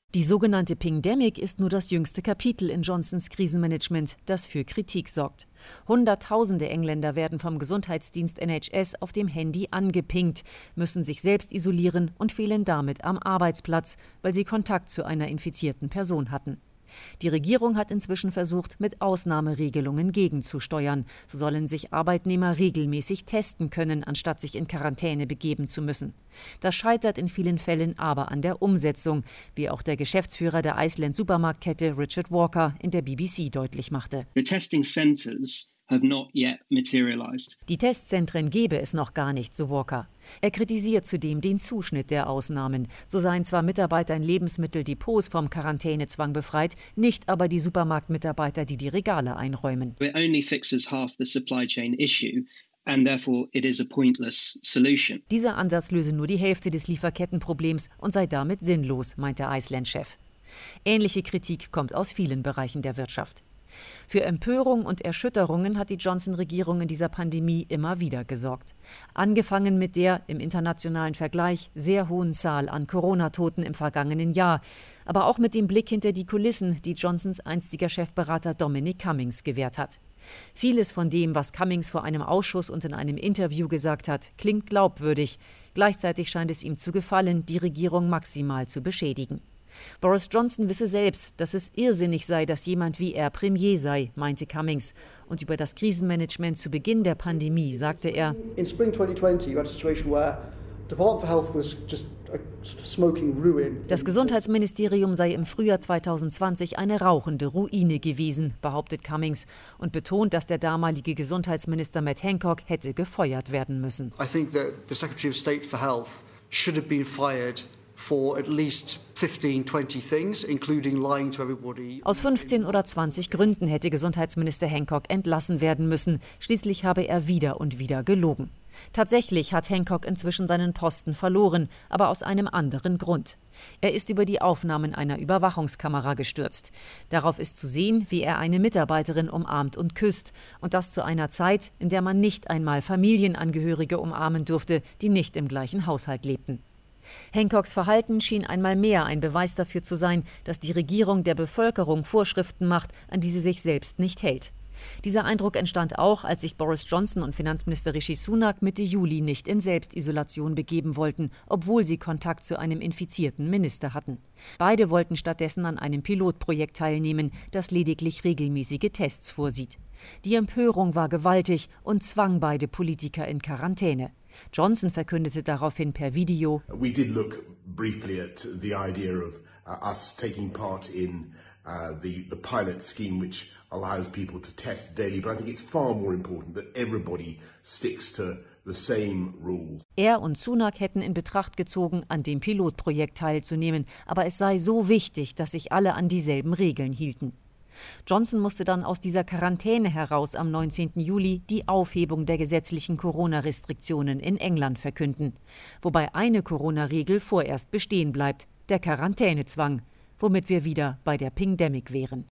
Die sogenannte Pingdemic ist nur das jüngste Kapitel in Johnsons Krisenmanagement, das für Kritik sorgt. Hunderttausende Engländer werden vom Gesundheitsdienst NHS auf dem Handy angepingt, müssen sich selbst isolieren und fehlen damit am Arbeitsplatz, weil sie Kontakt zu einer infizierten Person hatten. Die Regierung hat inzwischen versucht, mit Ausnahmeregelungen gegenzusteuern. So sollen sich Arbeitnehmer regelmäßig testen können, anstatt sich in Quarantäne begeben zu müssen. Das scheitert in vielen Fällen aber an der Umsetzung, wie auch der Geschäftsführer der Iceland-Supermarktkette Richard Walker in der BBC deutlich machte. The testing centers have not yet materialized. Die Testzentren gebe es noch gar nicht, so Walker. Er kritisiert zudem den Zuschnitt der Ausnahmen. So seien zwar Mitarbeiter in Lebensmitteldepots vom Quarantänezwang befreit, nicht aber die Supermarktmitarbeiter, die die Regale einräumen. It only fixes half the supply chain issue. And therefore it is a pointless solution. Dieser Ansatz löse nur die Hälfte des Lieferkettenproblems und sei damit sinnlos, meint der Iceland-Chef. Ähnliche Kritik kommt aus vielen Bereichen der Wirtschaft. Für Empörung und Erschütterungen hat die Johnson-Regierung in dieser Pandemie immer wieder gesorgt. Angefangen mit der im internationalen Vergleich sehr hohen Zahl an Corona-Toten im vergangenen Jahr, aber auch mit dem Blick hinter die Kulissen, die Johnsons einstiger Chefberater Dominic Cummings gewährt hat. Vieles von dem, was Cummings vor einem Ausschuss und in einem Interview gesagt hat, klingt glaubwürdig. Gleichzeitig scheint es ihm zu gefallen, die Regierung maximal zu beschädigen. Boris Johnson wisse selbst, dass es irrsinnig sei, dass jemand wie er Premier sei, meinte Cummings. Und über das Krisenmanagement zu Beginn der Pandemie sagte er: In spring 2020, you had a situation where the Department for Health was just a smoking ruin. Das Gesundheitsministerium sei im Frühjahr 2020 eine rauchende Ruine gewesen, behauptet Cummings und betont, dass der damalige Gesundheitsminister Matt Hancock hätte gefeuert werden müssen. I think that the Secretary of State for Health should have been fired for at least 15, 20 things, including lying to everybody. Aus 15 oder 20 Gründen hätte Gesundheitsminister Hancock entlassen werden müssen. Schließlich habe er wieder und wieder gelogen. Tatsächlich hat Hancock inzwischen seinen Posten verloren, aber aus einem anderen Grund. Er ist über die Aufnahmen einer Überwachungskamera gestürzt. Darauf ist zu sehen, wie er eine Mitarbeiterin umarmt und küsst. Und das zu einer Zeit, in der man nicht einmal Familienangehörige umarmen durfte, die nicht im gleichen Haushalt lebten. Hancocks Verhalten schien einmal mehr ein Beweis dafür zu sein, dass die Regierung der Bevölkerung Vorschriften macht, an die sie sich selbst nicht hält. Dieser Eindruck entstand auch, als sich Boris Johnson und Finanzminister Rishi Sunak Mitte Juli nicht in Selbstisolation begeben wollten, obwohl sie Kontakt zu einem infizierten Minister hatten. Beide wollten stattdessen an einem Pilotprojekt teilnehmen, das lediglich regelmäßige Tests vorsieht. Die Empörung war gewaltig und zwang beide Politiker in Quarantäne. Johnson verkündete daraufhin per Video: We did look briefly at the idea of us taking part in the pilot scheme which allows people to test daily, but I think it's far more important that everybody sticks to the same rules. Er und Sunak hätten in Betracht gezogen, an dem Pilotprojekt teilzunehmen, aber es sei so wichtig, dass sich alle an dieselben Regeln hielten. Johnson musste dann aus dieser Quarantäne heraus am 19. Juli die Aufhebung der gesetzlichen Corona-Restriktionen in England verkünden. Wobei eine Corona-Regel vorerst bestehen bleibt, der Quarantänezwang, womit wir wieder bei der Pingdemic wären.